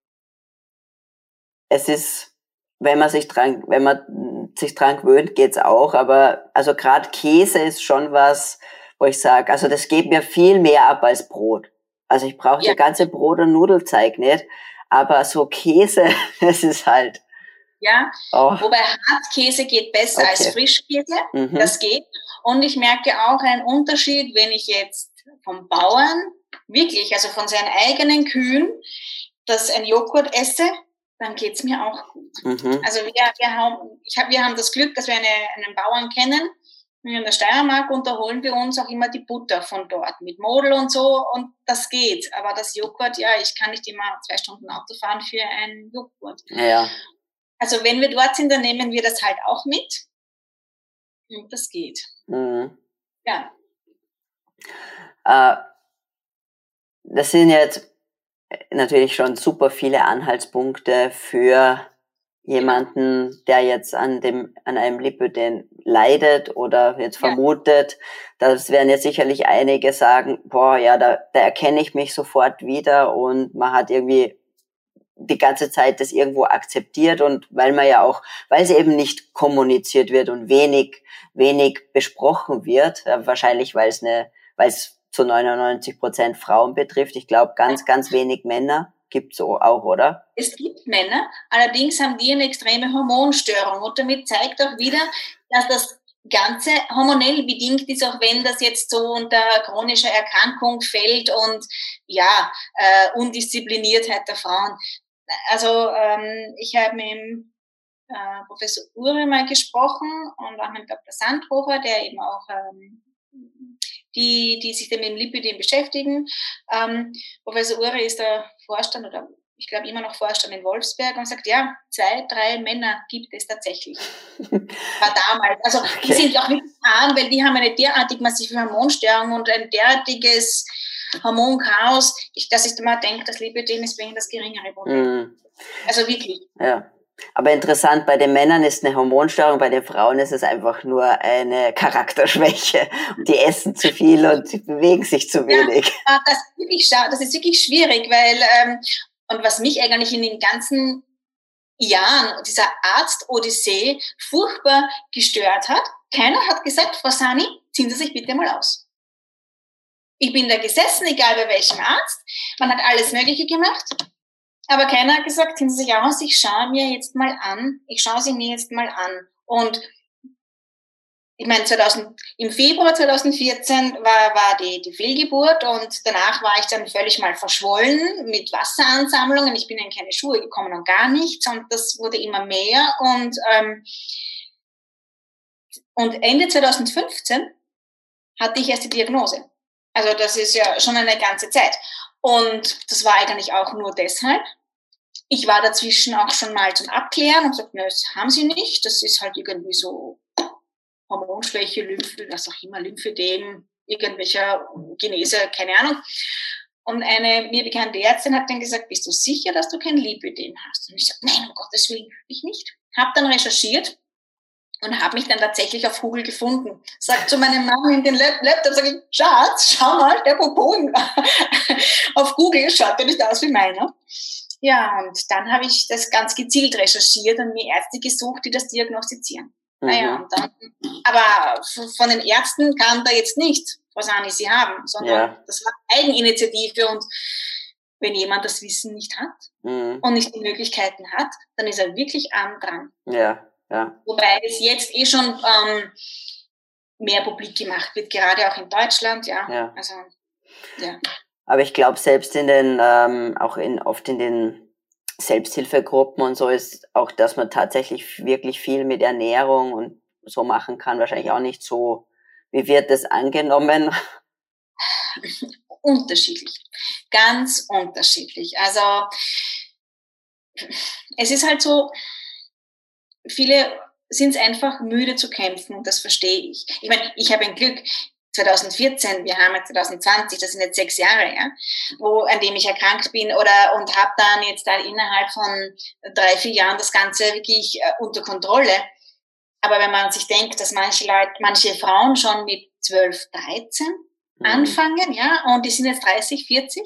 Es ist, wenn man sich dran, wenn man sich dran gewöhnt, geht's auch. Aber also gerade Käse ist schon was, wo ich sage, also das geht mir viel mehr ab als Brot. Also ich brauche ja. die ganze Brot- und Nudelzeug nicht, aber so Käse, das ist halt. Ja, oh. Wobei Hartkäse geht besser okay. als Frischkäse, mhm. das geht. Und ich merke auch einen Unterschied, wenn ich jetzt vom Bauern, wirklich, also von seinen eigenen Kühen, das ein Joghurt esse, dann geht's mir auch gut. Mhm. Also wir, wir, haben, ich hab, wir haben das Glück, dass wir eine, einen Bauern kennen, in der Steiermark, und da holen wir uns auch immer die Butter von dort mit Model und so, und das geht. Aber das Joghurt, ja, ich kann nicht immer zwei Stunden Auto fahren für einen Joghurt. Ja. Also wenn wir dort sind, dann nehmen wir das halt auch mit. Und das geht. Mhm. Ja. Äh, das sind jetzt natürlich schon super viele Anhaltspunkte für jemanden, der jetzt an dem, an einem Lipödem leidet oder jetzt vermutet. Ja. Das werden jetzt sicherlich einige sagen, boah, ja, da, da erkenne ich mich sofort wieder, und man hat irgendwie die ganze Zeit das irgendwo akzeptiert, und weil man ja auch, weil es eben nicht kommuniziert wird und wenig, wenig besprochen wird, äh, wahrscheinlich weil es eine, weil es zu neunundneunzig Prozent Frauen betrifft. Ich glaube, ganz, ganz wenig Männer gibt's so auch, oder? Es gibt Männer, allerdings haben die eine extreme Hormonstörung, und damit zeigt auch wieder, dass das Ganze hormonell bedingt ist, auch wenn das jetzt so unter chronischer Erkrankung fällt und ja, äh, Undiszipliniertheit der Frauen. Also ähm, ich habe mit dem äh, Professor Ure mal gesprochen und auch mit Doktor Sandhofer, der eben auch ähm, die, die sich dann mit dem Lipödem beschäftigen. Ähm, Professor Ure ist der Vorstand, oder ich glaube immer noch Vorstand in Wolfsberg, und sagt, ja, zwei, drei Männer gibt es tatsächlich. War damals. Also okay. Die sind auch wirklich arm, weil die haben eine derartig massive Hormonstörung und ein derartiges Hormonchaos, ich, dass ich mal denke, das Lipödem ist wegen das geringere Problem. Mm. Also wirklich. Ja. Aber interessant, bei den Männern ist eine Hormonstörung, bei den Frauen ist es einfach nur eine Charakterschwäche. Die essen zu viel und sie bewegen sich zu wenig. Ja, das ist wirklich, das ist wirklich schwierig, weil, ähm, und was mich eigentlich in den ganzen Jahren dieser Arzt-Odyssee furchtbar gestört hat, keiner hat gesagt, Frau Sani, ziehen Sie sich bitte mal aus. Ich bin da gesessen, egal bei welchem Arzt, man hat alles Mögliche gemacht, aber keiner hat gesagt, ziehen Sie sich aus, ich schaue mir jetzt mal an, ich schaue sie mir jetzt mal an. Und ich meine, zweitausend, im Februar zweitausendvierzehn war, war die, die Fehlgeburt, und danach war ich dann völlig mal verschwollen mit Wasseransammlungen. Ich bin in keine Schuhe gekommen und gar nichts, und das wurde immer mehr. Und, ähm, und Ende zweitausendfünfzehn hatte ich erst die Diagnose. Also das ist ja schon eine ganze Zeit. Und das war eigentlich auch nur deshalb. Ich war dazwischen auch schon mal zum Abklären und gesagt, ne, das haben Sie nicht. Das ist halt irgendwie so Hormonschwäche, Lymphe, was auch immer, Lymphödem, irgendwelcher Genese, keine Ahnung. Und eine mir bekannte Ärztin hat dann gesagt, bist du sicher, dass du kein Lipödem hast? Und ich sagte, nein, um Gottes Willen, ich nicht. Habe dann recherchiert und habe mich dann tatsächlich auf Google gefunden. Sagt zu meinem Mann in den Laptop, sage ich, Schatz, schau mal, der Popo auf Google schaut ja nicht aus wie meiner. Ja, und dann habe ich das ganz gezielt recherchiert und mir Ärzte gesucht, die das diagnostizieren. Mhm. Naja, und dann, aber von den Ärzten kam da jetzt nicht, was Sani sie haben, sondern ja. Das war Eigeninitiative, und wenn jemand das Wissen nicht hat mhm. und nicht die Möglichkeiten hat, dann ist er wirklich arm dran. Ja. Ja. Wobei es jetzt eh schon ähm, mehr publik gemacht wird, gerade auch in Deutschland, ja. ja. Also, ja. Aber ich glaube, selbst in den, ähm, auch in, oft in den Selbsthilfegruppen und so ist auch, dass man tatsächlich wirklich viel mit Ernährung und so machen kann, wahrscheinlich auch nicht so, Wie wird das angenommen? Unterschiedlich, ganz unterschiedlich. Also es ist halt so, viele sind es einfach müde zu kämpfen und das verstehe ich. Ich meine, ich habe ein Glück, zwanzig vierzehn, wir haben jetzt zwanzig zwanzig, das sind jetzt sechs Jahre, ja, wo, an dem ich erkrankt bin oder und habe dann jetzt da innerhalb von drei, vier Jahren das Ganze wirklich äh, unter Kontrolle. Aber wenn man sich denkt, dass manche Leute, manche Frauen schon mit zwölf, dreizehn mhm. anfangen, ja, und die sind jetzt dreißig, vierzig,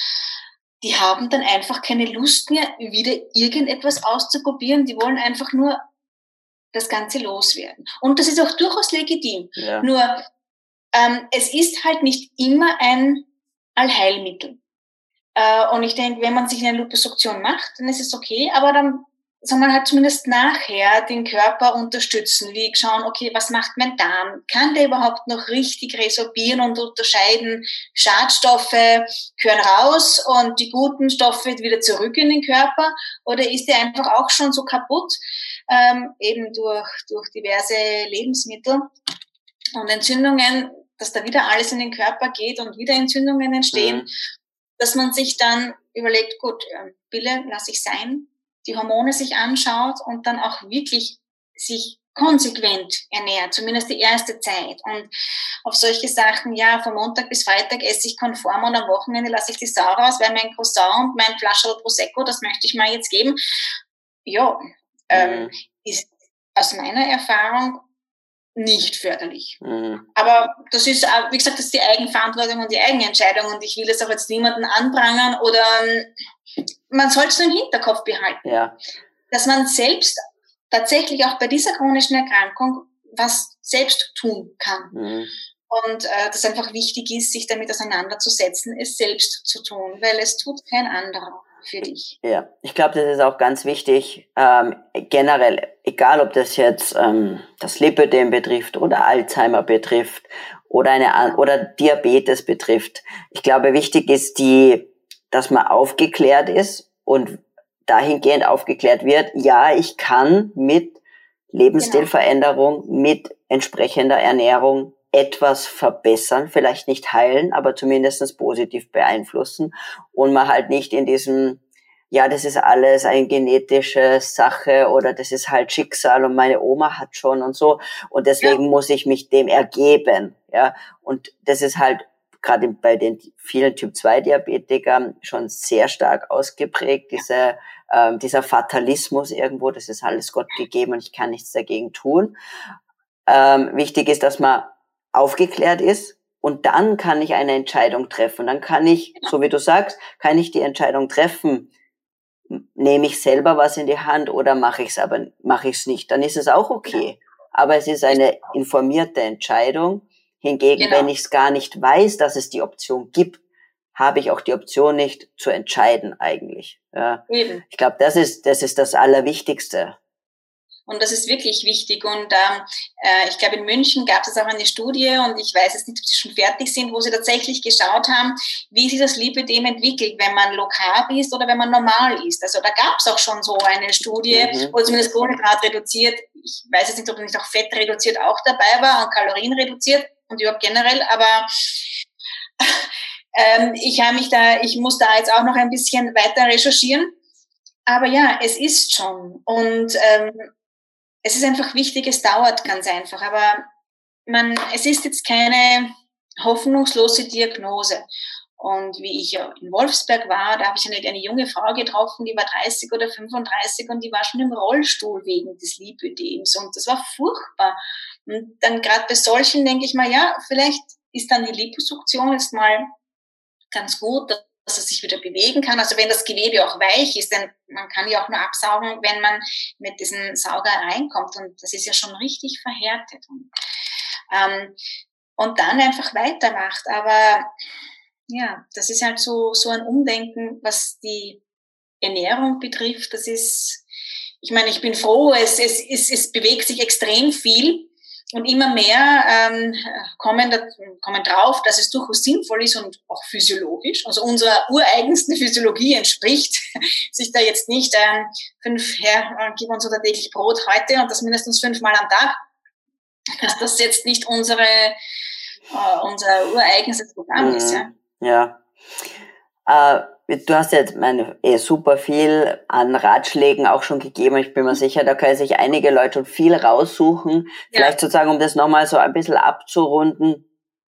die haben dann einfach keine Lust mehr, wieder irgendetwas auszuprobieren. Die wollen einfach nur das Ganze loswerden. Und das ist auch durchaus legitim. Ja. Nur, ähm, es ist halt nicht immer ein Allheilmittel. Äh, und ich denke, wenn man sich eine Liposuktion macht, dann ist es okay, aber dann soll man halt zumindest nachher den Körper unterstützen, wie schauen, okay, was macht mein Darm? Kann der überhaupt noch richtig resorbieren und unterscheiden? Schadstoffe gehören raus und die guten Stoffe wieder zurück in den Körper? Oder ist der einfach auch schon so kaputt, ähm, eben durch, durch diverse Lebensmittel und Entzündungen, dass da wieder alles in den Körper geht und wieder Entzündungen entstehen, mhm. dass man sich dann überlegt, gut, Pille lasse ich sein, die Hormone sich anschaut und dann auch wirklich sich konsequent ernährt, zumindest die erste Zeit. Und auf solche Sachen, ja, von Montag bis Freitag esse ich konform und am Wochenende lasse ich die Sau raus, weil mein Croissant und mein Flascherl Prosecco, das möchte ich mal jetzt geben. Ja, mhm. ähm, ist aus meiner Erfahrung nicht förderlich. Mhm. Aber das ist, wie gesagt, das ist die Eigenverantwortung und die Eigenentscheidung und ich will das auch jetzt niemanden anprangern oder man sollte es nur im Hinterkopf behalten, ja. dass man selbst tatsächlich auch bei dieser chronischen Erkrankung was selbst tun kann. Mhm. Und äh, dass einfach wichtig ist, sich damit auseinanderzusetzen, es selbst zu tun, weil es tut kein anderer für dich. Ja, ich glaube, das ist auch ganz wichtig, ähm, generell, egal ob das jetzt ähm, das Lipödem betrifft oder Alzheimer betrifft oder eine oder Diabetes betrifft. Ich glaube, wichtig ist die, dass man aufgeklärt ist und dahingehend aufgeklärt wird, ja, ich kann mit Lebensstilveränderung, genau. mit entsprechender Ernährung etwas verbessern, vielleicht nicht heilen, aber zumindest positiv beeinflussen und man halt nicht in diesem, ja, das ist alles eine genetische Sache oder das ist halt Schicksal und meine Oma hat schon und so und deswegen ja. muss ich mich dem ergeben, ja, und das ist halt gerade bei den vielen Typ zwei Diabetikern schon sehr stark ausgeprägt, diese, ähm, dieser Fatalismus irgendwo, das ist alles Gott gegeben und ich kann nichts dagegen tun. Ähm, wichtig ist, dass man aufgeklärt ist und dann kann ich eine Entscheidung treffen. Dann kann ich, so wie du sagst, kann ich die Entscheidung treffen, nehme ich selber was in die Hand oder mache ich es aber mache ich es nicht. Dann ist es auch okay. Aber es ist eine informierte Entscheidung. Hingegen, genau. wenn ich es gar nicht weiß, dass es die Option gibt, habe ich auch die Option nicht zu entscheiden eigentlich. Ja. Eben. Ich glaube, das ist das ist das Allerwichtigste. Und das ist wirklich wichtig. Und ähm, äh, ich glaube, in München gab es auch eine Studie, und ich weiß jetzt nicht, ob sie schon fertig sind, wo sie tatsächlich geschaut haben, wie sich das Lipödem entwickelt, wenn man low carb isst oder wenn man normal isst. Also da gab es auch schon so eine Studie, mhm. wo zumindest Kohlenhydrat reduziert, ich weiß jetzt nicht, ob nicht auch Fett reduziert auch dabei war und Kalorien reduziert und überhaupt generell, aber ähm, ich habe mich da, ich muss da jetzt auch noch ein bisschen weiter recherchieren. Aber ja, es ist schon. Und ähm, es ist einfach wichtig, es dauert ganz einfach, aber man, es ist jetzt keine hoffnungslose Diagnose. Und wie ich ja in Wolfsberg war, da habe ich eine, eine junge Frau getroffen, die war dreißig oder fünfunddreißig und die war schon im Rollstuhl wegen des Lipödems und das war furchtbar. Und dann gerade bei solchen denke ich mal, ja, vielleicht ist dann die Liposuktion jetzt mal ganz gut, dass es sich wieder bewegen kann. Also wenn das Gewebe auch weich ist, denn man kann ja auch nur absaugen, wenn man mit diesem Sauger reinkommt. Und das ist ja schon richtig verhärtet. Und, ähm, und dann einfach weitermacht. Aber ja, das ist halt so, so ein Umdenken, was die Ernährung betrifft. Das ist, ich meine, ich bin froh, es, es, es, es bewegt sich extrem viel. Und immer mehr ähm, kommen, da, kommen drauf, dass es durchaus sinnvoll ist und auch physiologisch, also unserer ureigensten Physiologie entspricht, sich da jetzt nicht ähm, fünf, Herr, äh, gib uns unser täglich Brot heute und das mindestens fünfmal am Tag, dass das jetzt nicht unsere, äh, unser ureigenes Programm mhm. ist. Ja. ja. Äh, du hast jetzt meine, eh, super viel an Ratschlägen auch schon gegeben. Ich bin mir sicher, da können sich einige Leute schon viel raussuchen. Ja. Vielleicht sozusagen, um das nochmal so ein bisschen abzurunden.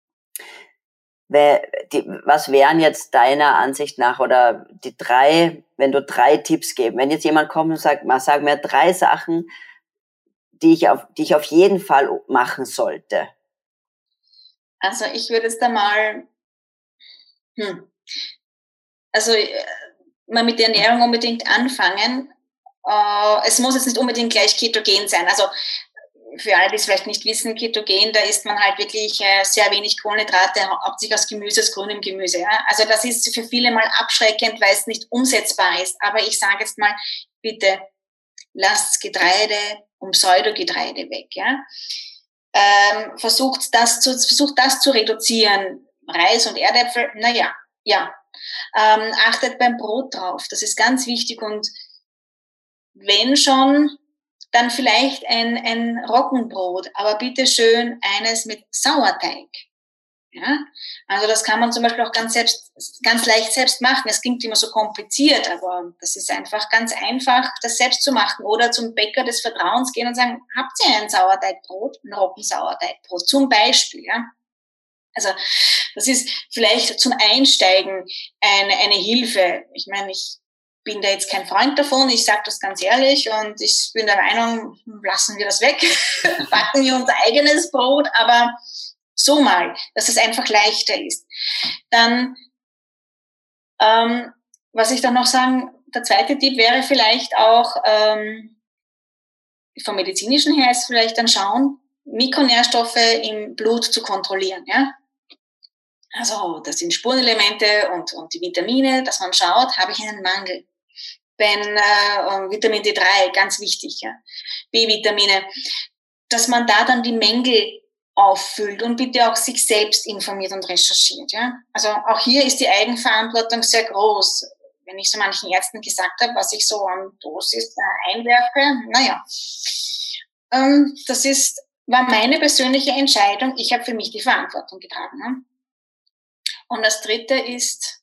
Was wären jetzt deiner Ansicht nach oder die drei, wenn du drei Tipps geben, wenn jetzt jemand kommt und sagt, mal sag mir drei Sachen, die ich auf, die ich auf jeden Fall machen sollte? Also ich würde jetzt einmal, hm, also mal mit der Ernährung unbedingt anfangen. Äh, es muss jetzt nicht unbedingt gleich ketogen sein. Also für alle, die es vielleicht nicht wissen, ketogen, da isst man halt wirklich äh, sehr wenig Kohlenhydrate, hauptsächlich aus Gemüse, aus grünem Gemüse. Ja? Also das ist für viele mal abschreckend, weil es nicht umsetzbar ist. Aber ich sage jetzt mal, bitte lasst Getreide und Pseudogetreide weg. Ja? Ähm, versucht, das zu, versucht das zu reduzieren. Reis und Erdäpfel, naja, ja. Ähm, achtet beim Brot drauf, das ist ganz wichtig. Und wenn schon, dann vielleicht ein, ein Roggenbrot, aber bitte schön eines mit Sauerteig. Ja? Also das kann man zum Beispiel auch ganz selbst, ganz leicht selbst machen. Es klingt immer so kompliziert, aber das ist einfach ganz einfach, das selbst zu machen. Oder zum Bäcker des Vertrauens gehen und sagen, habt ihr ein Sauerteigbrot, ein Roggensauerteigbrot, zum Beispiel, ja? Also das ist vielleicht zum Einsteigen eine, eine Hilfe. Ich meine, ich bin da jetzt kein Freund davon, ich sage das ganz ehrlich und ich bin der Meinung, lassen wir das weg, backen wir unser eigenes Brot, aber so mal, dass es einfach leichter ist. Dann, ähm, was ich dann noch sagen, der zweite Tipp wäre vielleicht auch, ähm, vom medizinischen her ist vielleicht dann schauen, Mikronährstoffe im Blut zu kontrollieren, ja. Also, das sind Spurenelemente und, und die Vitamine, dass man schaut, habe ich einen Mangel. Wenn äh, Vitamin D drei, ganz wichtig, ja. B-Vitamine, dass man da dann die Mängel auffüllt und bitte auch sich selbst informiert und recherchiert, ja. Also auch hier ist die Eigenverantwortung sehr groß. Wenn ich so manchen Ärzten gesagt habe, was ich so an Dosis äh, einwerfe, naja, ähm, das ist, war meine persönliche Entscheidung. Ich habe für mich die Verantwortung getragen, ne? Und das dritte ist,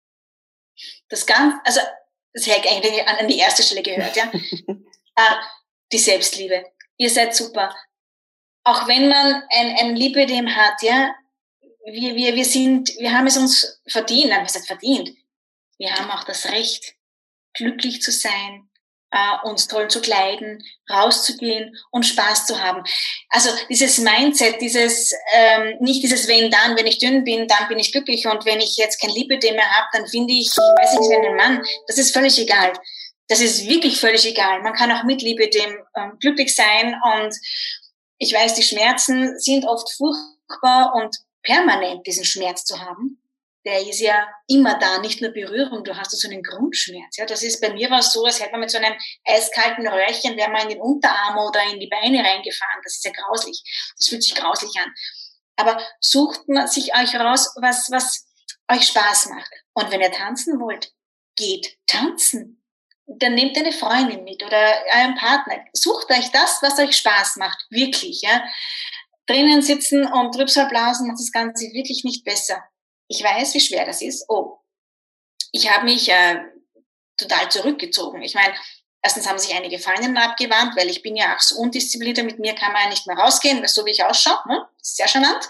das ganz, also, das hätte ich eigentlich an die erste Stelle gehört, ja. äh, die Selbstliebe. Ihr seid super. Auch wenn man ein, ein Lipödem hat, ja, wir, wir, wir sind, wir haben es uns verdient, nein, was heißt verdient? Wir haben auch das Recht, glücklich zu sein, äh, uns toll zu kleiden, rauszugehen und Spaß zu haben. Also dieses Mindset, dieses ähm, nicht dieses wenn dann, wenn ich dünn bin, dann bin ich glücklich und wenn ich jetzt kein Lipödem mehr habe, dann finde ich, ich weiß nicht, einen Mann. Das ist völlig egal. Das ist wirklich völlig egal. Man kann auch mit Lipödem ähm, glücklich sein und ich weiß, die Schmerzen sind oft furchtbar und permanent diesen Schmerz zu haben, der ist ja immer da, nicht nur Berührung, du hast so einen Grundschmerz. Ja, das ist, bei mir war es so, als hätte man mit so einem eiskalten Röhrchen, wäre man in den Unterarm oder in die Beine reingefahren. Das ist ja grauslich. Das fühlt sich grauslich an. Aber sucht man sich euch raus, was, was euch Spaß macht. Und wenn ihr tanzen wollt, geht tanzen. Dann nehmt eine Freundin mit oder euren Partner. Sucht euch das, was euch Spaß macht. Wirklich, ja. Drinnen sitzen und Trübsalblasen macht das Ganze wirklich nicht besser. Ich weiß, wie schwer das ist. Oh, ich habe mich äh, total zurückgezogen. Ich meine, erstens haben sich einige Freundinnen abgewandt, weil ich bin ja auch so undiszipliniert, mit mir kann man ja nicht mehr rausgehen, weil so wie ich ausschaue, ne? Das ist sehr charmant.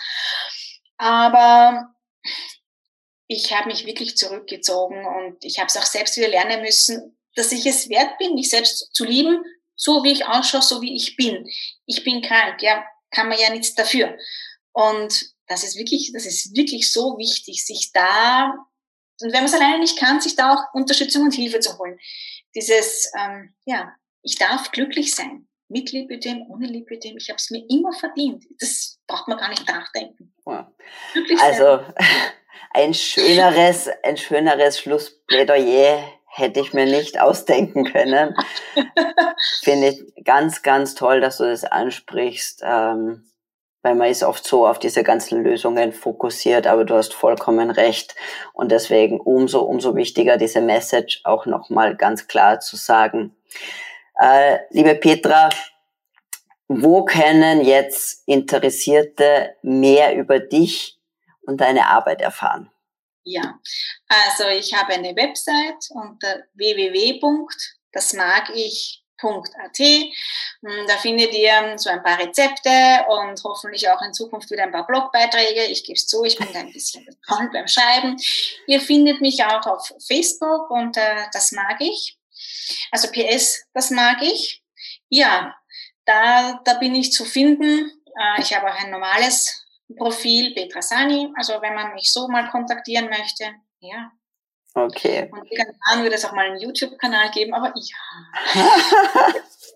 Aber ich habe mich wirklich zurückgezogen und ich habe es auch selbst wieder lernen müssen, dass ich es wert bin, mich selbst zu lieben, so wie ich ausschaue, so wie ich bin. Ich bin krank, ja, kann man ja nichts dafür. Und das ist wirklich, das ist wirklich so wichtig, sich da, und wenn man es alleine nicht kann, sich da auch Unterstützung und Hilfe zu holen. Dieses, ähm, ja, ich darf glücklich sein. Mit Lipödem, ohne Lipödem. Ich habe es mir immer verdient. Das braucht man gar nicht nachdenken. Ja. Also ein schöneres, ein schöneres Schlussplädoyer hätte ich mir nicht ausdenken können. Finde ich ganz, ganz toll, dass du das ansprichst. Ähm, weil man ist oft so auf diese ganzen Lösungen fokussiert, aber du hast vollkommen recht. Und deswegen umso, umso wichtiger, diese Message auch nochmal ganz klar zu sagen. Äh, liebe Petra, wo können jetzt Interessierte mehr über dich und deine Arbeit erfahren? Ja, also ich habe eine Website unter w w w punkt das mag ich punkt a t. Da findet ihr so ein paar Rezepte und hoffentlich auch in Zukunft wieder ein paar Blogbeiträge. Ich gebe es zu, ich bin da ein bisschen bekannt beim Schreiben. Ihr findet mich auch auf Facebook unter Das mag ich. Also P S, das mag ich. Ja, da, da bin ich zu finden. Ich habe auch ein normales Profil, Petra Sani. Also wenn man mich so mal kontaktieren möchte, ja. Okay. Und irgendwann wird es auch mal einen YouTube-Kanal geben, aber ja.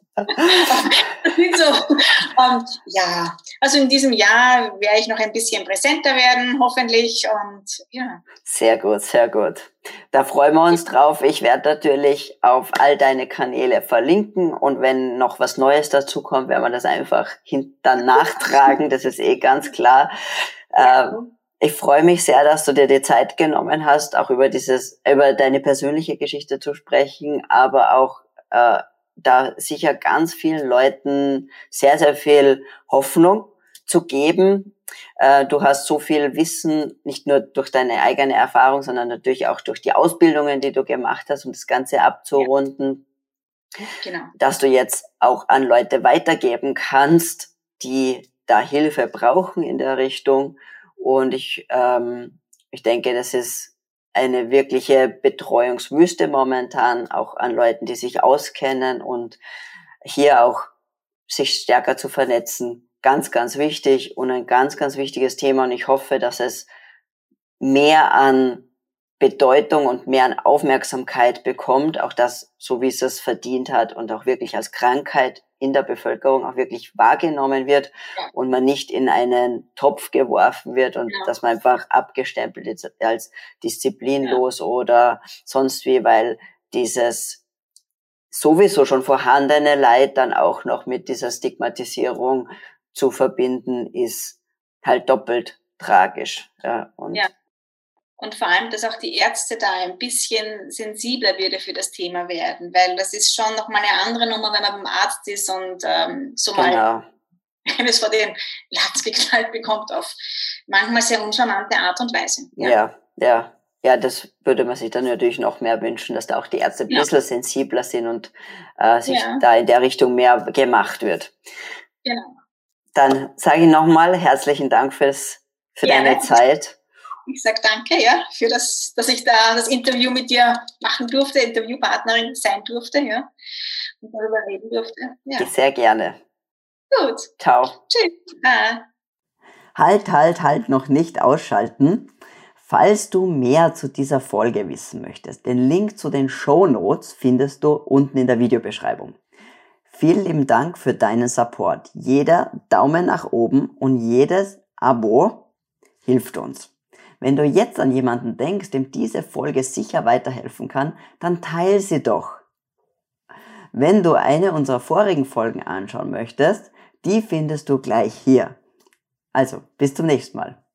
Das sind so, ähm, ja, also in diesem Jahr werde ich noch ein bisschen präsenter werden, hoffentlich, und ja. Sehr gut, sehr gut. Da freuen wir uns drauf. Ich werde natürlich auf all deine Kanäle verlinken und wenn noch was Neues dazu kommt, werden wir das einfach dann nachtragen, das ist eh ganz klar. Ähm, Ich freue mich sehr, dass du dir die Zeit genommen hast, auch über dieses, über deine persönliche Geschichte zu sprechen, aber auch äh, da sicher ganz vielen Leuten sehr, sehr viel Hoffnung zu geben. Äh, du hast so viel Wissen, nicht nur durch deine eigene Erfahrung, sondern natürlich auch durch die Ausbildungen, die du gemacht hast, um das Ganze abzurunden, ja. Genau. Dass du jetzt auch an Leute weitergeben kannst, die da Hilfe brauchen in der Richtung. Und ich, ähm, ich denke, das ist eine wirkliche Betreuungswüste momentan, auch an Leuten, die sich auskennen und hier auch sich stärker zu vernetzen. Ganz, ganz wichtig und ein ganz, ganz wichtiges Thema. Und ich hoffe, dass es mehr an Bedeutung und mehr an Aufmerksamkeit bekommt, auch das, so wie es es verdient hat und auch wirklich als Krankheit in der Bevölkerung auch wirklich wahrgenommen wird und man nicht in einen Topf geworfen wird und ja. dass man einfach abgestempelt ist als disziplinlos ja. oder sonst wie, weil dieses sowieso schon vorhandene Leid dann auch noch mit dieser Stigmatisierung zu verbinden, ist halt doppelt tragisch. Ja, und ja. Und vor allem, dass auch die Ärzte da ein bisschen sensibler wieder für das Thema werden, weil das ist schon nochmal eine andere Nummer, wenn man beim Arzt ist und ähm, so genau. mal es vor den Latz geknallt bekommt auf manchmal sehr uncharmante Art und Weise. Ja, ja, ja. Ja, das würde man sich dann natürlich noch mehr wünschen, dass da auch die Ärzte ein ja. bisschen sensibler sind und äh, sich ja. da in der Richtung mehr gemacht wird. Genau. Dann sage ich nochmal herzlichen Dank fürs, für Gerne. deine Zeit. Ich sage danke, ja, für das, dass ich da das Interview mit dir machen durfte, Interviewpartnerin sein durfte, ja, und darüber reden durfte. Ja. Sehr gerne. Gut. Ciao. Tschüss. Ah. Halt, halt, halt, noch nicht ausschalten. Falls du mehr zu dieser Folge wissen möchtest, den Link zu den Shownotes findest du unten in der Videobeschreibung. Vielen lieben Dank für deinen Support. Jeder Daumen nach oben und jedes Abo hilft uns. Wenn du jetzt an jemanden denkst, dem diese Folge sicher weiterhelfen kann, dann teile sie doch. Wenn du eine unserer vorigen Folgen anschauen möchtest, die findest du gleich hier. Also, bis zum nächsten Mal.